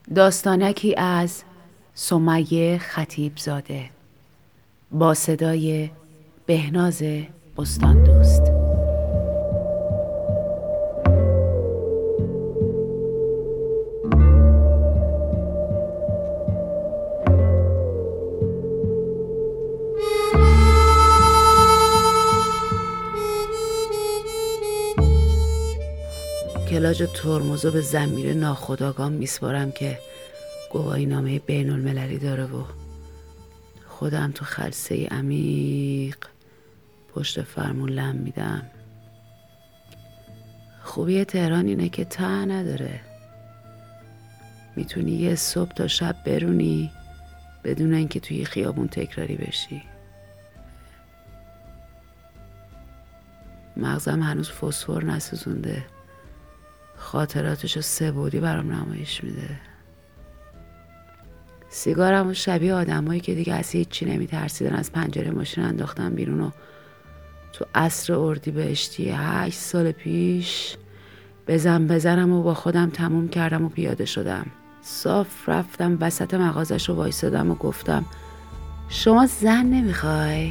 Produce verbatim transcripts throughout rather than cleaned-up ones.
داستانکی از سمیه خطیبزاده با صدای بهناز بستان دوست. کلاج ترمزو به ضمیر ناخودآگاه میسپارم که گواهی نامه بین المللی داره و خودم تو خلسه عمیق پشت فرمون لم میدم. خوبی تهران اینه که ته نداره. میتونی یه صبح تا شب برونی بدون اینکه توی خیابون تکراری بشی. مغزم هنوز فسفر نسوزونده، خاطراتشو سه بعدی برام نمایش میده. سیگارمو شبیه آدمایی که دیگه از هیچی نمیترسیدن از پنجره ماشین انداختم بیرون و تو عصر اردیبهشتی هشت سال پیش بزن بزنم و با خودم تموم کردم و پیاده شدم. صاف رفتم وسط مغازش و وایسادم و گفتم شما زن نمیخوای؟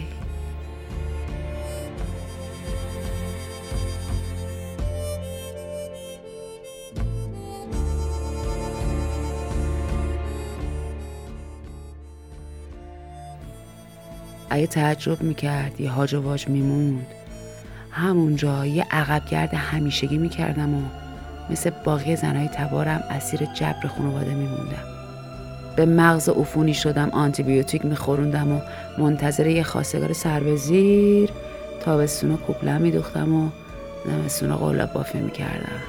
اگه تعجب میکرد یه هاج و واج میموند، همونجا یه عقبگرد همیشگی میکردم و مثل باقی زنای تبارم اسیر جبر خانواده میموندم. به مغز عفونی شدم، آنتی بیوتیک میخوروندم و منتظر یه خواستگار سر به زیر تابستونا کوپلم میدوختم و زمستونا قلاب بافی میکردم.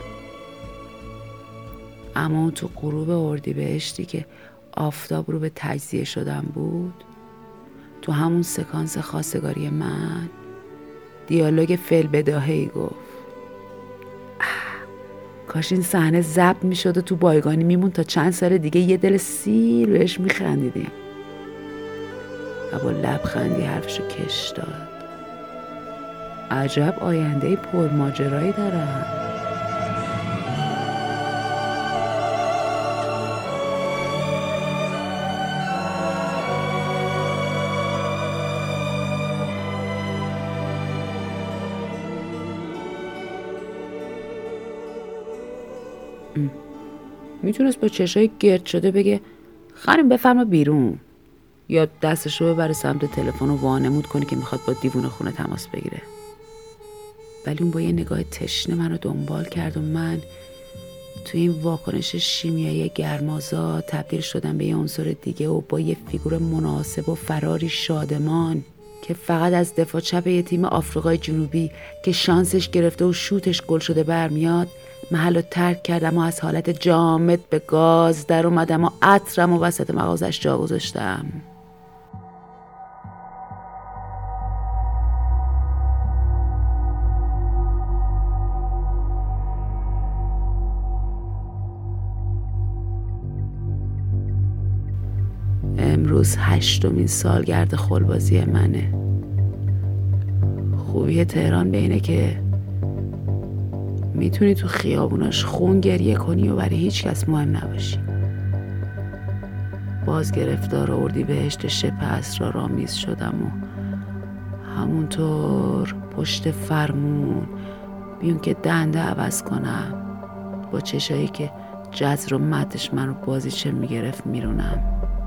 اما تو غروب اردیبهشتی که آفتاب رو به تجزیه شدن بود، تو همون سکانس خواستگاری من دیالوگ فعل بداهه‌ای گفت کاش این صحنه ضبط میشد و تو بایگانی میمون تا چند سال دیگه یه دل سیر بهش میخندیدیم. و با لبخندی حرفشو کش داد. عجب آینده پرماجرایی دارم. میتونست با چشای گرد شده بگه خانم بفرما بیرون، یا دستشو ببره سمت تلفن و وانمود کنه که میخواد با دیوونه خونه تماس بگیره. ولی اون با یه نگاه تشنه منو دنبال کرد و من توی این واکنش شیمیایی گرمازا تبدیل شدم به یه عنصر دیگه و با یه فیگور مناسب و فراری شادمان که فقط از دفاع چپ یه تیم آفریقای جنوبی که شانسش گرفته و شوتش گل شده برمیاد محلو ترک کردم و از حالت جامد به گاز در اومدم و عطرم و وسط مغازش جا گذاشتم. امروز هشتمین سالگرد خلبازی منه. خوبی تهران به اینه که میتونی تو خیابوناش خون گریه کنی و برای هیچ کس مهم نباشی. باز گرفتار اردیبهشت شبه اسرارآمیز شدم و همونطور پشت فرمون بیون که دنده عوض کنم با چشایی که جزر و مدش منو بازیچه میگرفت میرونم.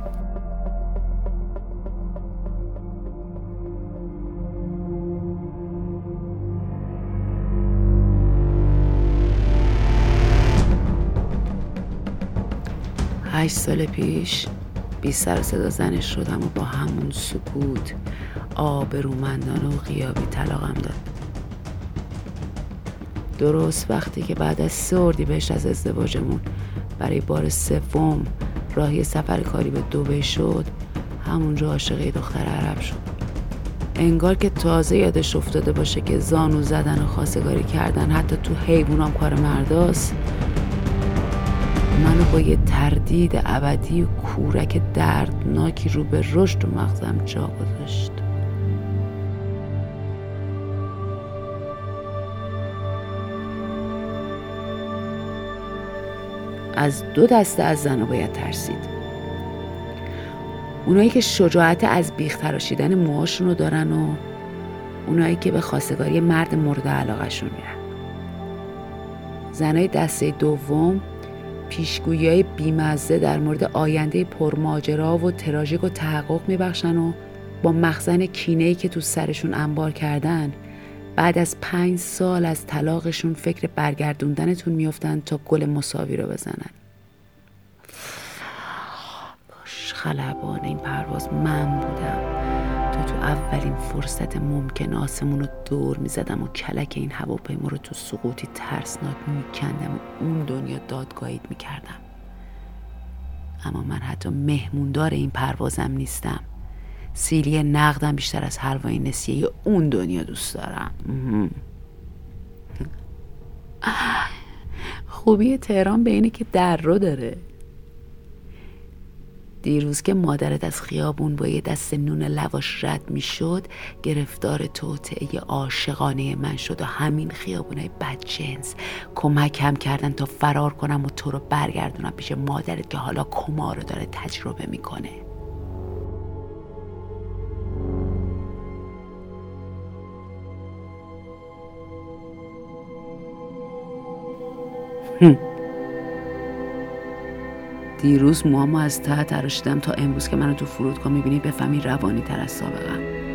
هشت سال پیش بی سر و صدا زنش شدم و با همون سکوت آبرومندانه و غیابی طلاقم داد. درست وقتی که بعد از سه اردیبهشت از ازدواجمون برای بار سوم راهی سفر کاری به دبی شد، همونجا عاشق یه دختر عرب شد. انگار که تازه یادش افتاده باشه که زانو زدن و خواستگاری کردن حتی تو حیوانام کار مرداست. منو با یه تردید ابدی و کورک دردناکی رو به رشد و مغزم جا گذاشت. از دو دسته از زنها باید ترسید. اونایی که شجاعت از بیخ تراشیدن موهاشون رو دارن و اونایی که به خواستگاری مرد مورد علاقهشون میرن. زنای دسته دوم پیشگویی‌های بیمزه در مورد آینده پرماجرا و تراژیک و تحقق میبخشن و با مخزن کینه‌ای که تو سرشون انبار کردن بعد از پنج سال از طلاقشون فکر برگردوندنتون میافتن تا گل مساوی رو بزنن. باش خلبان این پرواز من بودم تا تو اولین فرصت ممکن آسمون رو دور میزدم و کلک این هواپیما رو تو سقوطی ترسناک میکندم و اون دنیا دادگاهیت میکردم. اما من حتی مهموندار این پروازم نیستم. سیلی نقدم بیشتر از حلوای نسیه اون دنیا دوست دارم. خوبی تهران به اینه که در رو داره. دیروز که مادرت از خیابون با یه دست نون لواش رد می شد گرفتار توطئه عاشقانه من شد و همین خیابونای بدجنس کمکم کردن تا فرار کنم و تو رو برگردونم پیش مادرت که حالا کما رو داره تجربه میکنه. دیروز موامو از ته تراشیدم تا امروز که منو تو فرودگاه میبینی بفهمی روانی تر از سابقم.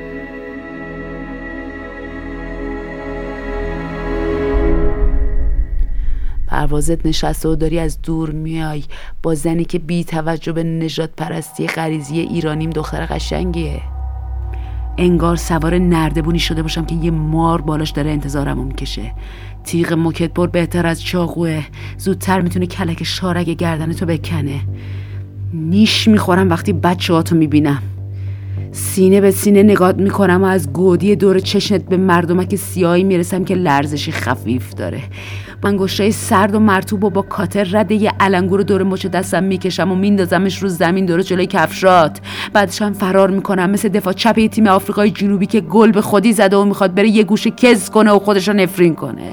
پروازت نشسته و داری از دور میای با زنی که بی توجه به نژاد پرستی غریزی ایرانیم دختر قشنگیه. انگار سوار نردبونی شده باشم که یه مار بالاش داره انتظارمو میکشه. تیغ موکتبر بهتر از چاقوه، زودتر میتونه کلک شارگ گردنتو بکنه. نیش میخورم وقتی بچه‌هاتو میبینم. سینه به سینه نگات میکنم و از گودی دور چشمت به مردمک سیاهی میرسم که لرزشی خفیف داره. با انگشتای سرد و مرطوب و با کاتر رد یه علنگو رو دور مچ دستم میکشم و میندازمش رو زمین دور جلوی کفشات. بعدش هم فرار میکنم مثل دفاع چپ تیم آفریقای جنوبی که گل به خودی زده و میخواد بره یه گوشه کز کنه و خودش رو نفرین کنه.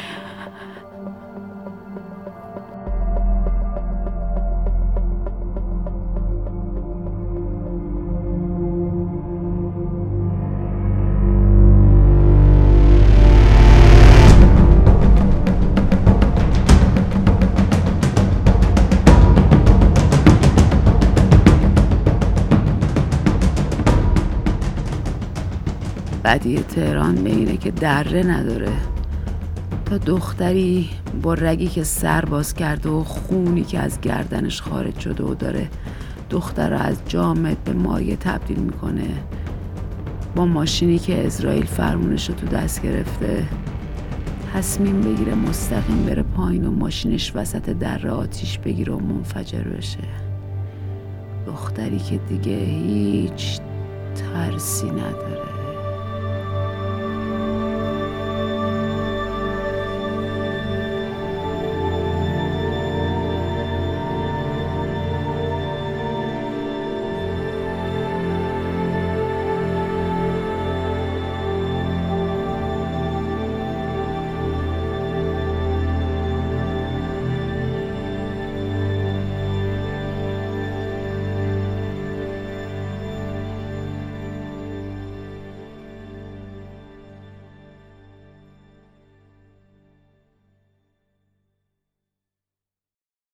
بدی تهران به اینه که دره نداره. تا دختری با رگی که سر باز کرده و خونی که از گردنش خارج شده و داره دختر رو از جامد به مایه تبدیل میکنه، با ماشینی که اسرائیل فرمونش رو تو دست گرفته تصمیم بگیره مستقیم بره پایین و ماشینش وسط دره آتیش بگیره و منفجر بشه. دختری که دیگه هیچ ترسی نداره.